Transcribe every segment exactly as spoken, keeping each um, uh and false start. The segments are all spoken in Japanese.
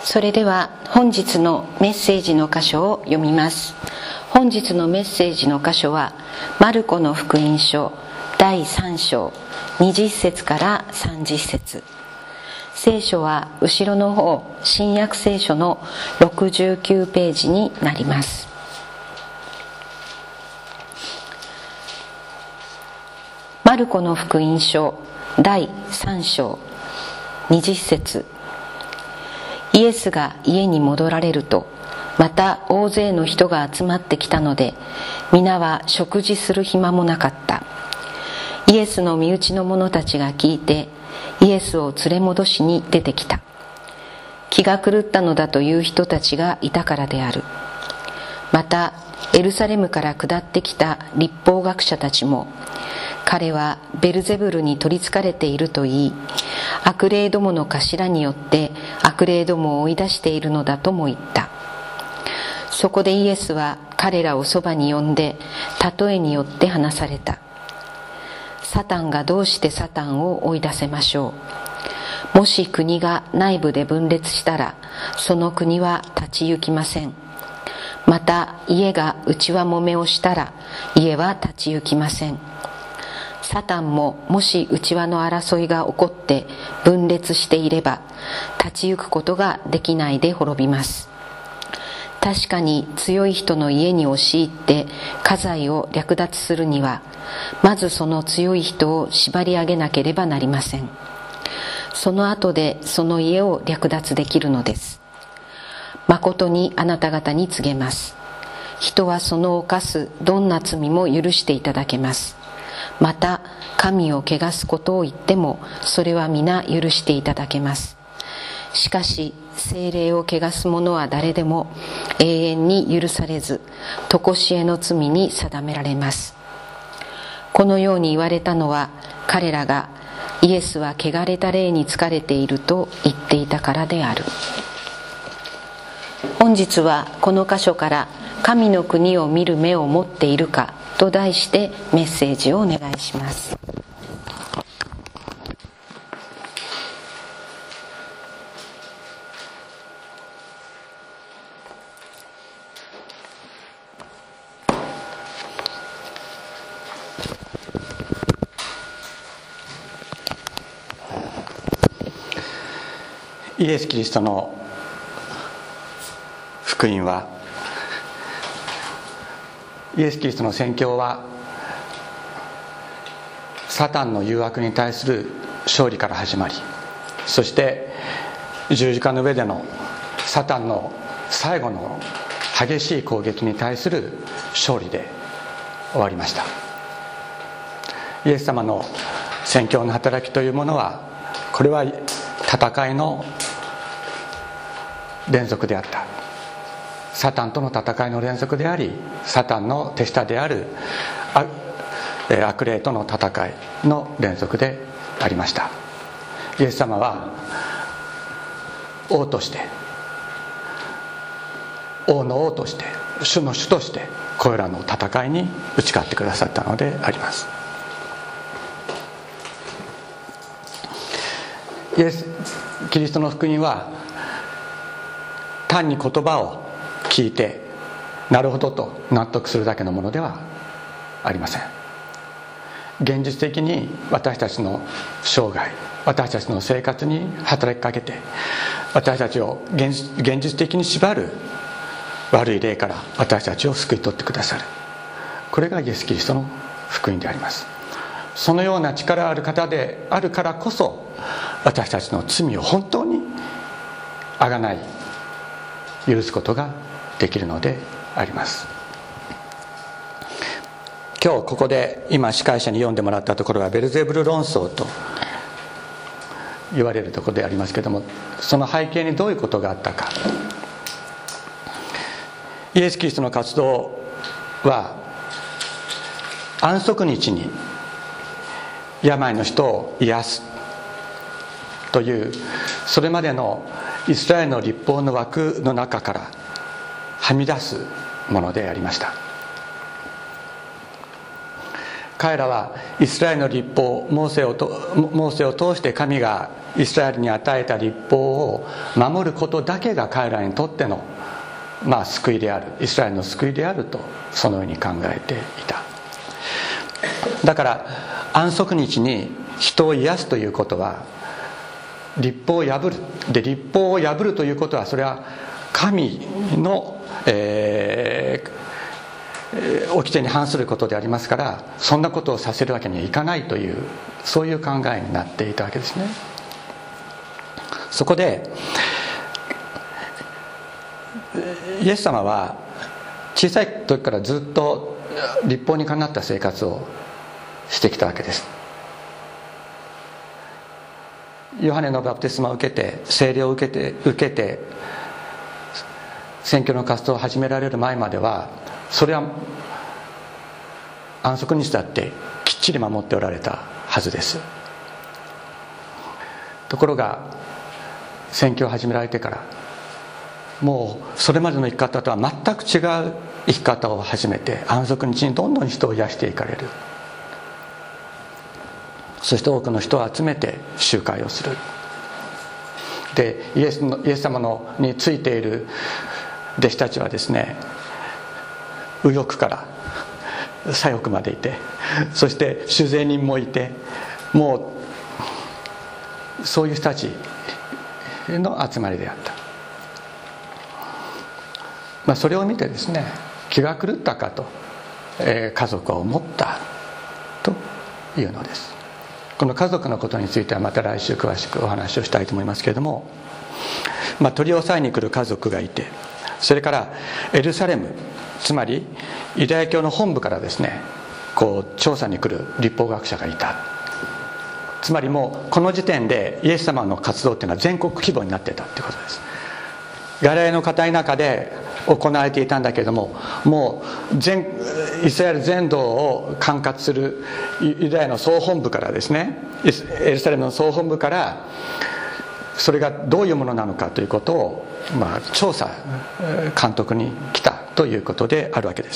それでは本日のメッセージの箇所を読みます。本日のメッセージの箇所はマルコの福音書だいさん章にじゅっ節からさんじゅっ節。聖書は後ろの方、新約聖書のろくじゅうきゅうページになります。マルコの福音書だいさん章にじゅっ節。イエスが家に戻られると、また大勢の人が集まってきたので、皆は食事する暇もなかった。イエスの身内の者たちが聞いて、イエスを連れ戻しに出てきた。気が狂ったのだという人たちがいたからである。またエルサレムから下ってきた律法学者たちも、彼はベルゼブルに取りつかれていると言い、悪霊どもの頭によって悪霊どもを追い出しているのだとも言った。そこでイエスは彼らをそばに呼んで、例えによって話された。サタンがどうしてサタンを追い出せましょう。もし国が内部で分裂したら、その国は立ち行きません。また家が内輪もめをしたら、家は立ち行きません。サタンももし内輪の争いが起こって分裂していれば、立ち行くことができないで滅びます。確かに強い人の家に押し入って家財を略奪するには、まずその強い人を縛り上げなければなりません。その後でその家を略奪できるのです。誠にあなた方に告げます。人はその犯すどんな罪も許していただけます。また神を汚すことを言っても、それは皆許していただけます。しかし聖霊を汚す者は誰でも永遠に許されず、常しえの罪に定められます。このように言われたのは、彼らがイエスは汚れた霊に疲れていると言っていたからである。本日はこの箇所から神の国を見る目を持っているかと題してメッセージをお願いします。 イエス・キリストの福音は、イエス・キリストの宣教は、サタンの誘惑に対する勝利から始まり、そして十字架の上でのサタンの最後の激しい攻撃に対する勝利で終わりました。イエス様の宣教の働きというものは、これは戦いの連続であった。サタンとの戦いの連続であり、サタンの手下である悪霊との戦いの連続でありました。イエス様は王として、王の王として、主の主として、これらの戦いに打ち勝ってくださったのであります。イエス・キリストの福音は、単に言葉を聞いてなるほどと納得するだけのものではありません。現実的に私たちの生涯、私たちの生活に働きかけて、私たちを現実、現実的に縛る悪い霊から私たちを救い取ってくださる、これがイエス・キリストの福音であります。そのような力ある方であるからこそ、私たちの罪を本当にあがない許すことができるのであります。今日ここで今司会者に読んでもらったところはベルゼブル論争と言われるところでありますけれども、その背景にどういうことがあったか。イエス・キリストの活動は、安息日に病の人を癒すという、それまでのイスラエルの律法の枠の中からはみ出すものでありました。 彼らはイスラエルの律法、モーセをとモーセを通して神がイスラエルに与えた律法を守ることだけが彼らにとっての、まあ、救いである、イスラエルの救いであるとそのように考えていた。だから安息日に人を癒すということは律法を破るで、律法を破るということはそれは神の、えー、掟に反することでありますから、そんなことをさせるわけにはいかないという、そういう考えになっていたわけですね。そこでイエス様は小さい時からずっと律法にかなった生活をしてきたわけです。ヨハネのバプテスマを受けて、聖霊を受けて受けて宣教の活動を始められる前までは、それは安息日だってきっちり守っておられたはずです。ところが宣教を始められてから、もうそれまでの生き方とは全く違う生き方を始めて、安息日にどんどん人を癒していかれる。そして多くの人を集めて集会をする。でイエスのイエス様のについている弟子たちはですね、右翼から左翼までいて、そして主税人もいて、もうそういう人たちの集まりであった。まあ、それを見てですね、気が狂ったかと、えー、家族は思ったというのです。この家族のことについてはまた来週詳しくお話をしたいと思いますけれども、まあ、取り押さえに来る家族がいて、それからエルサレム、つまりユダヤ教の本部からですね、こう調査に来る律法学者がいた。つまりもうこの時点でイエス様の活動っていうのは全国規模になっていたということです。ガリラヤの片田舎で行われていたんだけれども、もう全イスラエル全土を管轄するユダヤの総本部からですね、エルサレムの総本部からそれがどういうものなのかということを、まあ、調査監督に来たということであるわけです。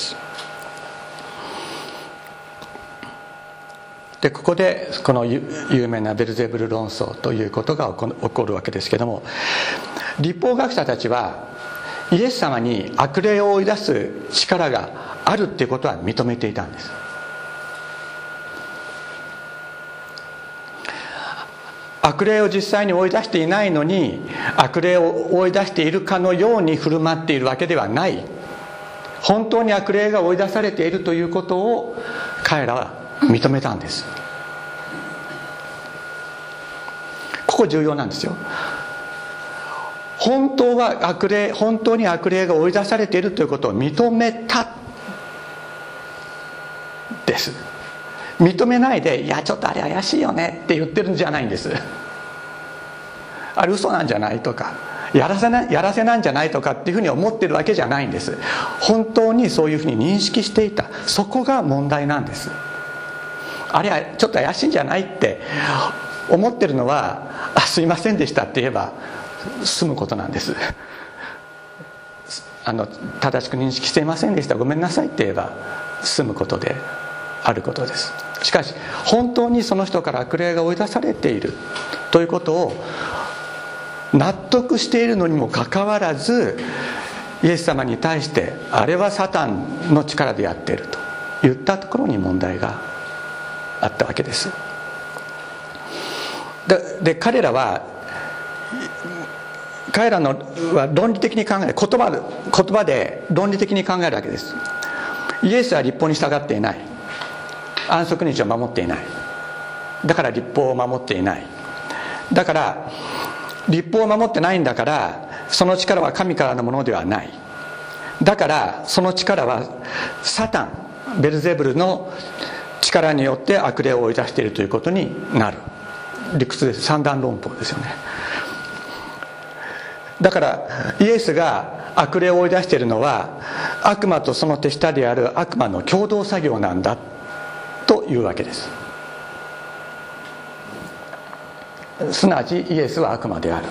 でここでこの有名なベルゼブル論争ということが起こるわけですけれども、律法学者たちはイエス様に悪霊を追い出す力があるっていうことは認めていたんです。悪霊を実際に追い出していないのに悪霊を追い出しているかのように振る舞っているわけではない。本当に悪霊が追い出されているということを彼らは認めたんです。ここ重要なんですよ。本当は悪霊、本当に悪霊が追い出されているということを認めたです。認めないで、いやちょっとあれ怪しいよねって言ってるんじゃないんです。あれ嘘なんじゃないとか、やらせな、やらせなんじゃないとかっていうふうに思ってるわけじゃないんです。本当にそういうふうに認識していた。そこが問題なんです。あれはちょっと怪しいんじゃないって思ってるのは、あ、すいませんでしたって言えば済むことなんです。あの正しく認識していませんでした、ごめんなさいって言えば済むことであることです。しかし本当にその人から悪霊が追い出されているということを納得しているのにもかかわらず、イエス様に対してあれはサタンの力でやっていると言ったところに問題があったわけです。で、で彼らは彼らのは論理的に考える、言葉で、言葉で論理的に考えるわけです。イエスは律法に従っていない、安息日を守っていない、だから律法を守っていない、だから律法を守ってないんだからその力は神からのものではない、だからその力はサタン、ベルゼブルの力によって悪霊を追い出しているということになる。理屈です。三段論法ですよね。だからイエスが悪霊を追い出しているのは悪魔とその手下である悪魔の共同作業なんだというわけです。すなわちイエスは悪魔である、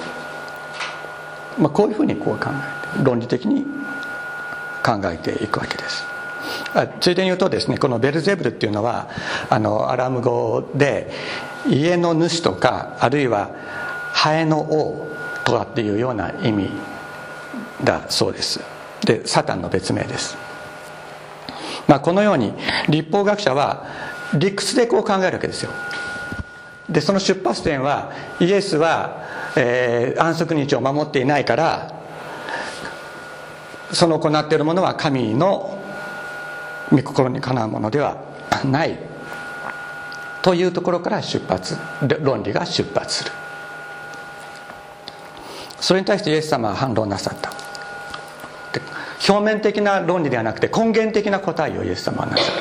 まあ、こういうふうにこう考えて論理的に考えていくわけです。 ついでに言うとですね、このベルゼブルっていうのはあのアラム語で家の主とか、あるいはハエの王とかっていうような意味だそうです。でサタンの別名です。まあ、このように律法学者は理屈でこう考えるわけですよ。でその出発点は、イエスは、えー、安息日を守っていないから、その行っているものは神の御心にかなうものではないというところから出発、論理が出発する。それに対してイエス様は反論なさった。表面的な論理ではなくて根源的な答えをイエス様はなさる。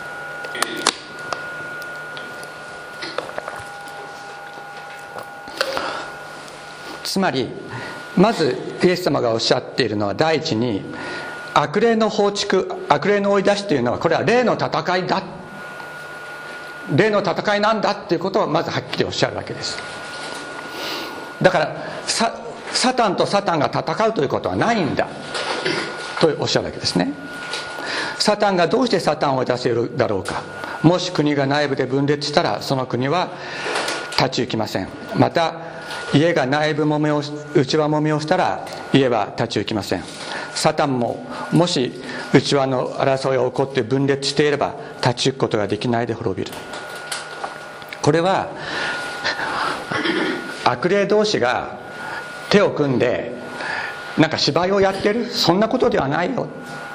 つまりまずイエス様がおっしゃっているのは、第一に悪霊の放逐、悪霊の追い出しというのは、これは霊の戦いだ、霊の戦いなんだっていうことをまずはっきりおっしゃるわけです。だからサ、サタンとサタンが戦うということはないんだとおっしゃるわけですね。サタンがどうしてサタンを追い出せるだろうか。もし国が内部で分裂したら、その国は立ち行きません。また家が内部もめを内輪もめをしたら家は立ち行きません。サタンももし内輪の争いが起こって分裂していれば立ち行くことができないで滅びる。これは悪霊同士が手を組んでなんか芝居をやってる、そんなことではないよ。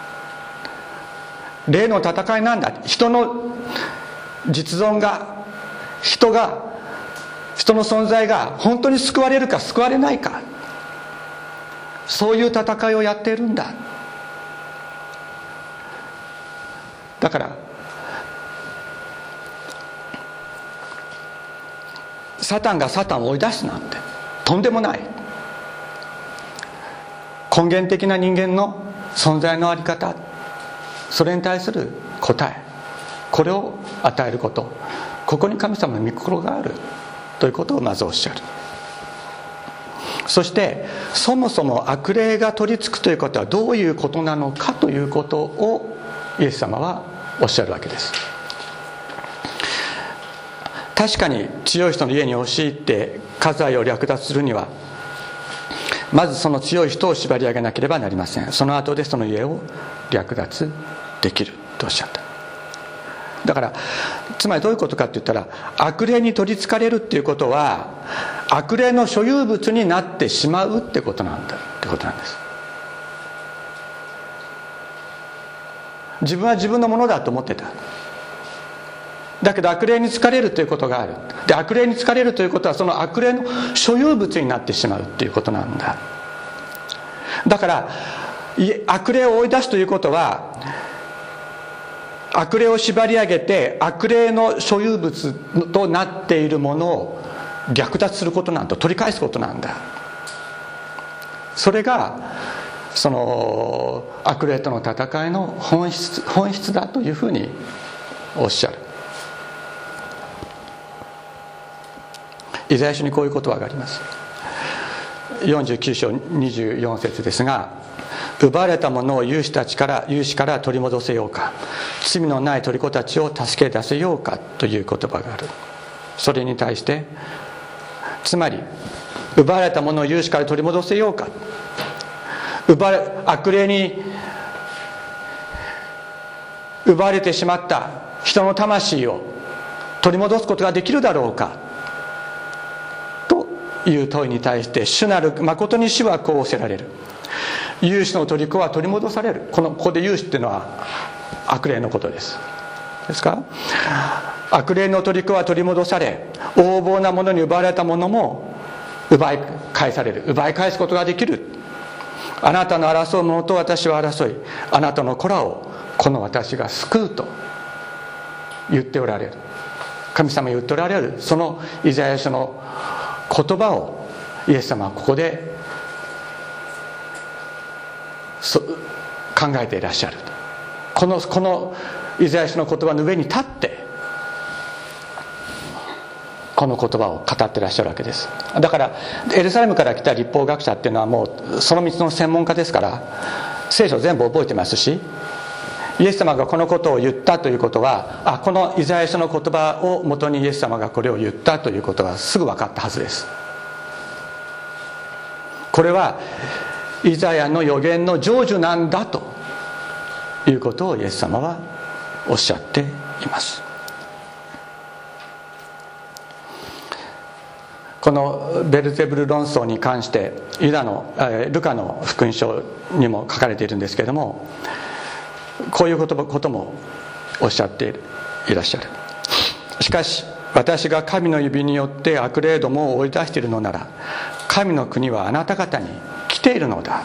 霊の戦いなんだ。人の実存が、人が人の存在が本当に救われるか救われないか、そういう戦いをやっているんだ。だからサタンがサタンを追い出すなんてとんでもない。根源的な人間の存在の在り方、それに対する答え、これを与えること、ここに神様の御心があるということをまずおっしゃる。そしてそもそも悪霊が取り付くということはどういうことなのかということをイエス様はおっしゃるわけです。確かに強い人の家に押し入って家財を略奪するには、まずその強い人を縛り上げなければなりません。その後でその家を略奪できるとおっしゃった。だからつまりどういうことかって言ったら、悪霊に取りつかれるっていうことは悪霊の所有物になってしまうってことなんだってことなんです。自分は自分のものだと思ってた。だけど悪霊に疲れるということがある。で悪霊に疲れるということは、その悪霊の所有物になってしまうということなんだ。だから悪霊を追い出すということは、悪霊を縛り上げて悪霊の所有物となっているものを略奪することなんだ、取り返すことなんだ。それがその悪霊との戦いの本質、本質だというふうにおっしゃる。イザヤ書にこういう言葉があります。よんじゅうきゅう章にじゅうよん節ですが、奪われたものを勇士たちから勇士から取り戻せようか、罪のない虜たちを助け出せようかという言葉がある。それに対して、つまり奪われたものを勇士から取り戻せようか、奪われ悪霊に奪われてしまった人の魂を取り戻すことができるだろうかという問いに対して、主なる誠に主はこうおっしゃられる。勇士の虜は取り戻される。このここで勇士っていうのは悪霊のことですですか。悪霊の虜は取り戻され、横暴なものに奪われたものも奪い返される、奪い返すことができる。あなたの争う者と私は争い、あなたの子らをこの私が救うと言っておられる。神様言っておられるそのイザヤ書の言葉をイエス様はここでそ考えていらっしゃる。このこのイザヤ書の言葉の上に立ってこの言葉を語っていらっしゃるわけです。だからエルサレムから来た律法学者っていうのはもうその道の専門家ですから、聖書全部覚えてますし、 イエス様がこのことを言ったということは、あ、このイザヤ書の言葉をもとにイエス様がこれを言ったということはすぐ分かったはずです。これはイザヤの預言の成就なんだということをイエス様はおっしゃっています。このベルゼブル論争に関してユダのルカの福音書にも書かれているんですけれども、こういうこともおっしゃっていらっしゃる。しかし私が神の指によって悪霊どもを追い出しているのなら、神の国はあなた方に来ているのだ。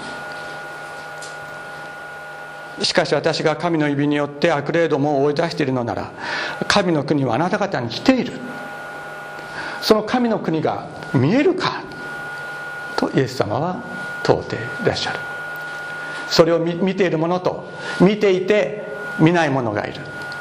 しかし私が神の指によって悪霊どもを追い出しているのなら、神の国はあなた方に来ている。その神の国が見えるかとイエス様は問うていらっしゃる。それを 見, 見ている者と見ていて見ない者がいる。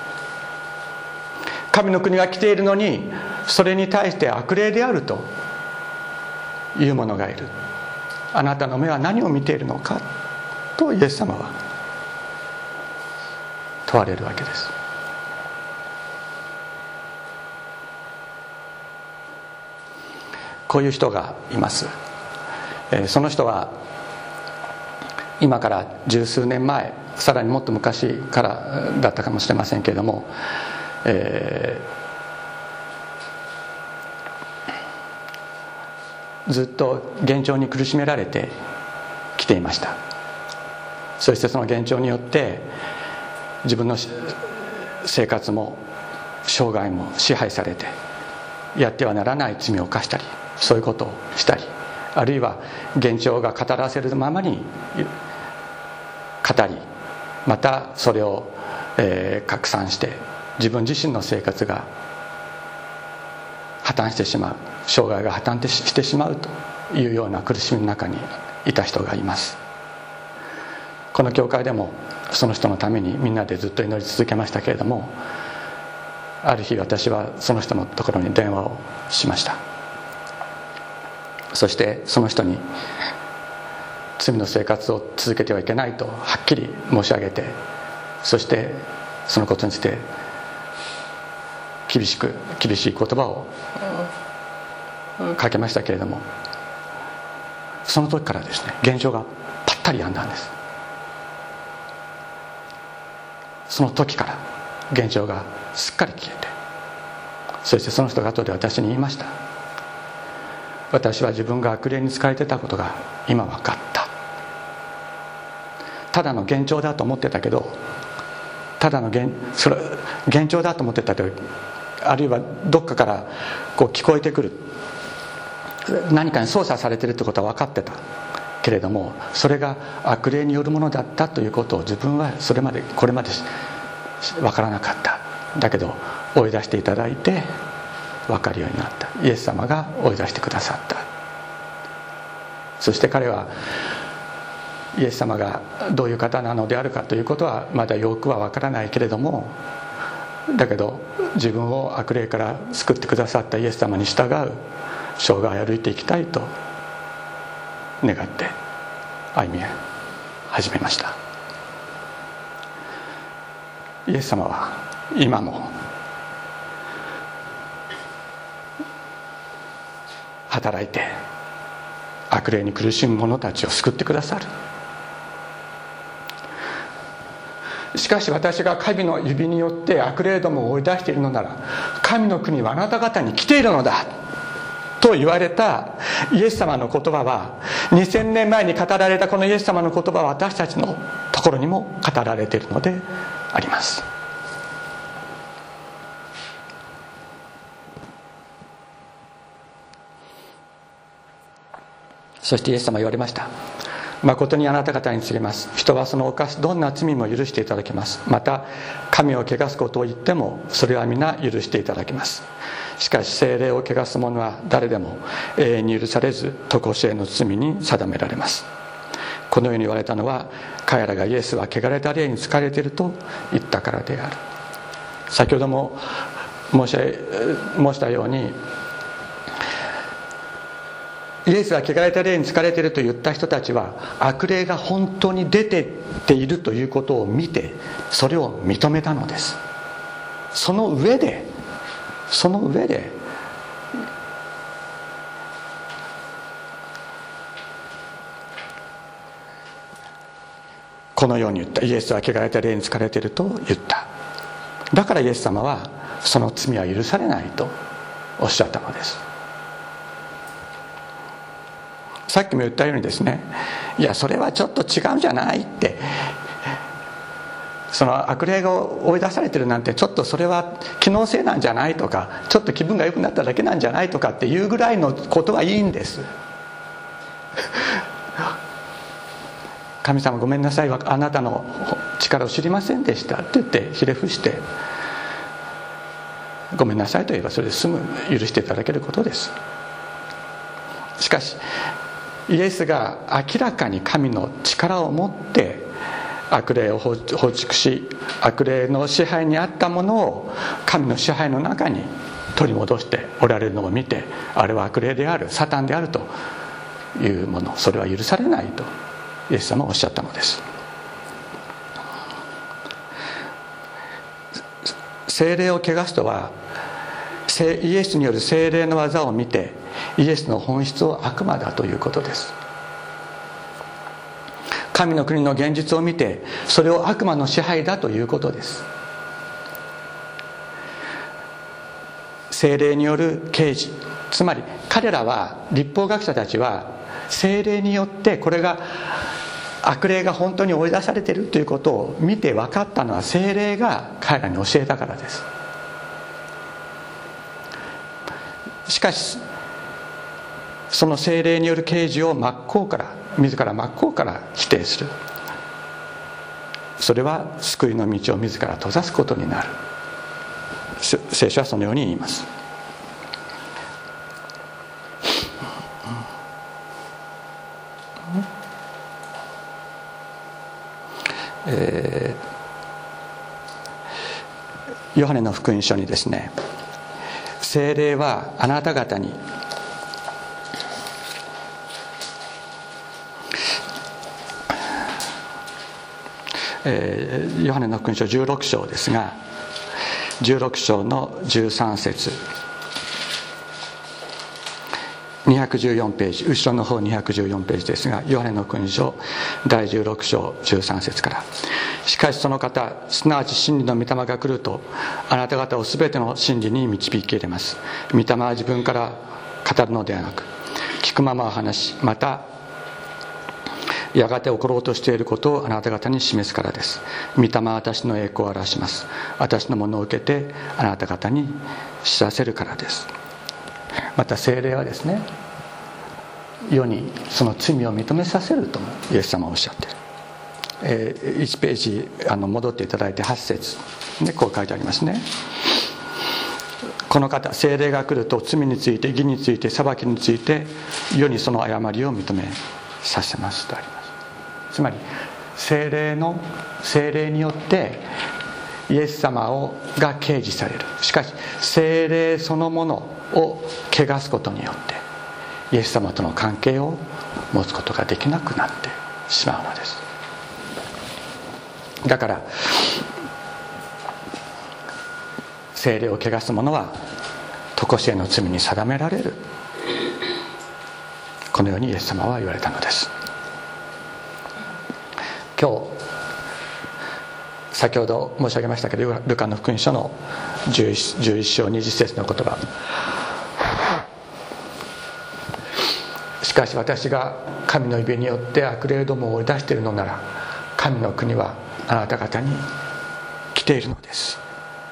神の国が来ているのにそれに対して悪霊であるという者がいる。あなたの目は何を見ているのかとイエス様は問われるわけです。こういう人がいます。その人は今から十数年前、さらにもっと昔からだったかもしれませんけれども、えー、ずっと幻聴に苦しめられてきていました。そしてその幻聴によって自分の生活も生涯も支配されて、やってはならない罪を犯したり、そういうことをしたり、あるいは幻聴が語らせるままに語り、またそれを、えー、拡散して自分自身の生活が破綻してしまう、生涯が破綻してしまうというような苦しみの中にいた人がいます。この教会でもその人のためにみんなでずっと祈り続けましたけれども、ある日私はその人のところに電話をしました。そしてその人に罪の生活を続けてはいけないとはっきり申し上げて、そしてそのことについて厳しく厳しい言葉をかけましたけれども、その時からですね、幻聴がぱったり止んだんです。その時から幻聴がすっかり消えて、そしてその人が後で私に言いました。私は自分が悪霊に使われてたことが今分かった。ただの幻聴だと思ってたけど、ただの 幻, それ幻聴だと思ってたけど、あるいはどっかからこう聞こえてくる何かに操作されているということは分かってたけれども、それが悪霊によるものだったということを自分はそれまでこれまで分からなかった。だけど追い出していただいて分かるようになった。イエス様が追い出してくださった。そして彼はイエス様がどういう方なのであるかということはまだよくは分からないけれども、だけど自分を悪霊から救ってくださったイエス様に従う生涯を歩いていきたいと願って歩み始めました。イエス様は今も働いて悪霊に苦しむ者たちを救ってくださる。しかし私が神の指によって悪霊どもを追い出しているのなら、神の国はあなた方に来ているのだと言われたイエス様の言葉は、にせんねんまえに語られたこのイエス様の言葉は私たちのところにも語られているのであります。そしてイエス様は言われました。誠にあなた方に告げます。人はその犯すどんな罪も許していただけます。また神を汚すことを言ってもそれは皆許していただけます。しかし聖霊を汚す者は誰でも永遠に許されず常しえの罪に定められます。このように言われたのは、彼らがイエスは汚れた霊に疲れていると言ったからである。先ほども申し申したように、 イエスは汚れた霊に疲れていると言った人たちは、悪霊が本当に出てっているということを見て、それを認めたのです。その上でその上でこのように言った。イエスは汚れた霊に疲れていると言った。だからイエス様はその罪は許されないとおっしゃったのです。さっきも言ったようにですね、いやそれはちょっと違うんじゃないって、その悪霊が追い出されてるなんて、ちょっとそれは気のせいなんじゃないとか、ちょっと気分が良くなっただけなんじゃないとかっていうぐらいのことはいいんです。神様ごめんなさい、あなたの力を知りませんでしたって言ってひれ伏してごめんなさいと言えばそれで済む、許していただけることです。しかしイエスが明らかに神の力を持って悪霊を放逐し、悪霊の支配にあったものを神の支配の中に取り戻しておられるのを見て、あれは悪霊である、サタンであるというもの、それは許されないとイエス様はおっしゃったのです。聖霊を汚すとは、イエスによる聖霊の技を見てイエスの本質を悪魔だということです。神の国の現実を見てそれを悪魔の支配だということです。聖霊による啓示、つまり彼らは、律法学者たちは聖霊によってこれが悪霊が本当に追い出されているということを見て分かったのは、聖霊が彼らに教えたからです。しかしその聖霊による啓示を真っ向から自ら真っ向から否定する、それは救いの道を自ら閉ざすことになる。聖書はそのように言います。えー、ヨハネの福音書にですね、聖霊はあなた方にえー、ヨハネの福音書じゅうろく章ですが、じゅうろく章のじゅうさん節、にひゃくじゅうよんページ、後ろの方にひゃくじゅうよんページですが、ヨハネの福音書だいじゅうろく章じゅうさん節から、しかしその方、すなわち真理の御霊が来ると、あなた方をすべての真理に導き入れます。御霊は自分から語るのではなく、聞くままを話し、またやがて起ころうとしていることをあなた方に示すからです。御霊は私の栄光を表します。私のものを受けてあなた方に知らせるからです。また聖霊はですね、世にその罪を認めさせるともイエス様はおっしゃっている。えー、いちページあの戻っていただいてはち節でこう書いてありますね。この方、聖霊が来ると罪について、義について、裁きについて世にその誤りを認めさせますとあります。つまり聖霊の聖霊によってイエス様をが啓示される。しかし聖霊そのものを汚すことによってイエス様との関係を持つことができなくなってしまうのです。だから聖霊を汚す者は常しえの罪に定められる、このようにイエス様は言われたのです。今日先ほど申し上げましたけど、ルカの福音書のじゅういち章にじゅっ節の言葉、しかし私が神の指によって悪霊どもを追い出しているのなら、神の国はあなた方に来ているのです。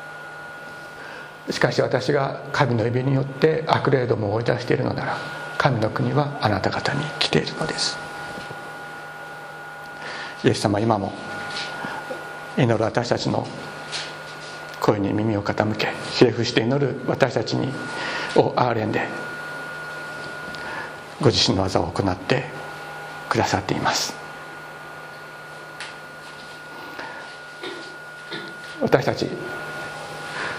しかし私が神の指によって悪霊どもを追い出しているのなら、神の国はあなた方に来ているのです。イエス様は今も祈る私たちの声に耳を傾け、ひれ伏して祈る私たちにを憐れんで、ご自身の技を行ってくださっています。私たち、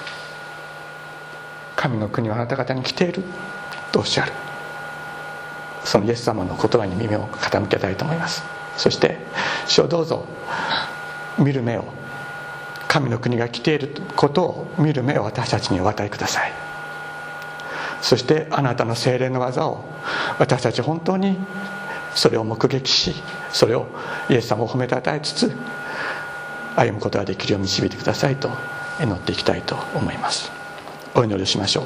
神の国はあなた方に来ているとおっしゃる。 そのイエス様の言葉に耳を傾けたいと思います。そして主をどうぞ見る目を、神の国が来ていることを見る目を私たちにお与えください。そしてあなたの聖霊の技を私たち本当にそれを目撃し、それをイエス様を褒めたたえつつ歩むことができるよう導いてくださいと祈っていきたいと思います。お祈りをしましょう。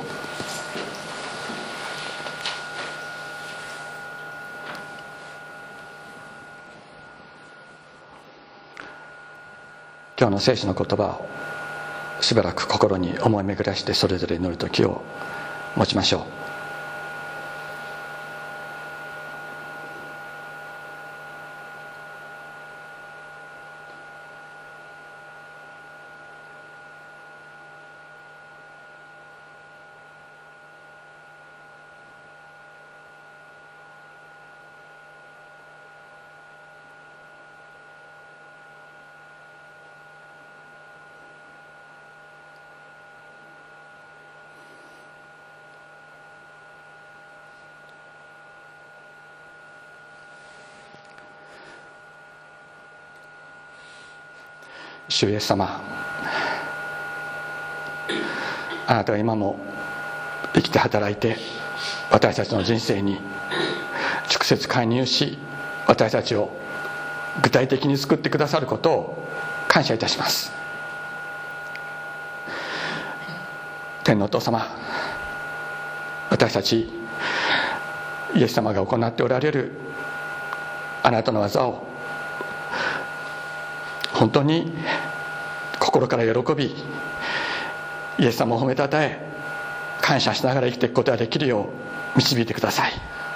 今日の聖書の言葉をしばらく心に思い巡らしてそれぞれ祈る時を持ちましょう。主イエス様、あなたは今も生きて働いて私たちの人生に直接介入し、私たちを具体的に救ってくださることを感謝いたします。天のお父様、私たちイエス様が行っておられるあなたの技を本当に心から喜び、イエス様を褒めたたえ感謝しながら生きていくことができるよう導いてください。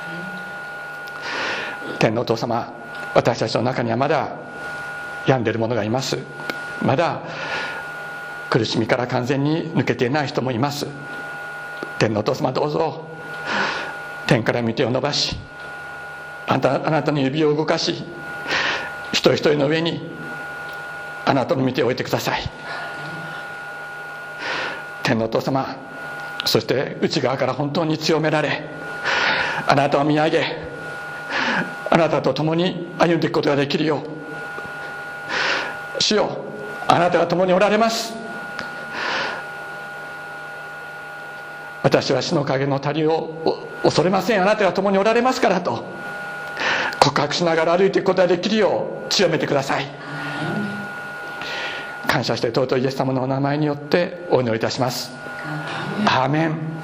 天のお父様、私たちの中にはまだ病んでいる者がいます。まだ苦しみから完全に抜けていない人もいます。天のお父様、どうぞ天から御手を伸ばし、あなた、あなたの指を動かし、一人一人の上にあなたの御手を置いてください。天のお父様、そして内側から本当に強められ、あなたを見上げ、あなたと共に歩んでいくことができるよう、主よ、あなたが共におられます。私は死の影の谷を恐れません、あなたが共におられますからと告白しながら歩いていくことができるよう強めてください。感謝して尊いイエス様のお名前によってお祈りいたします。アーメン。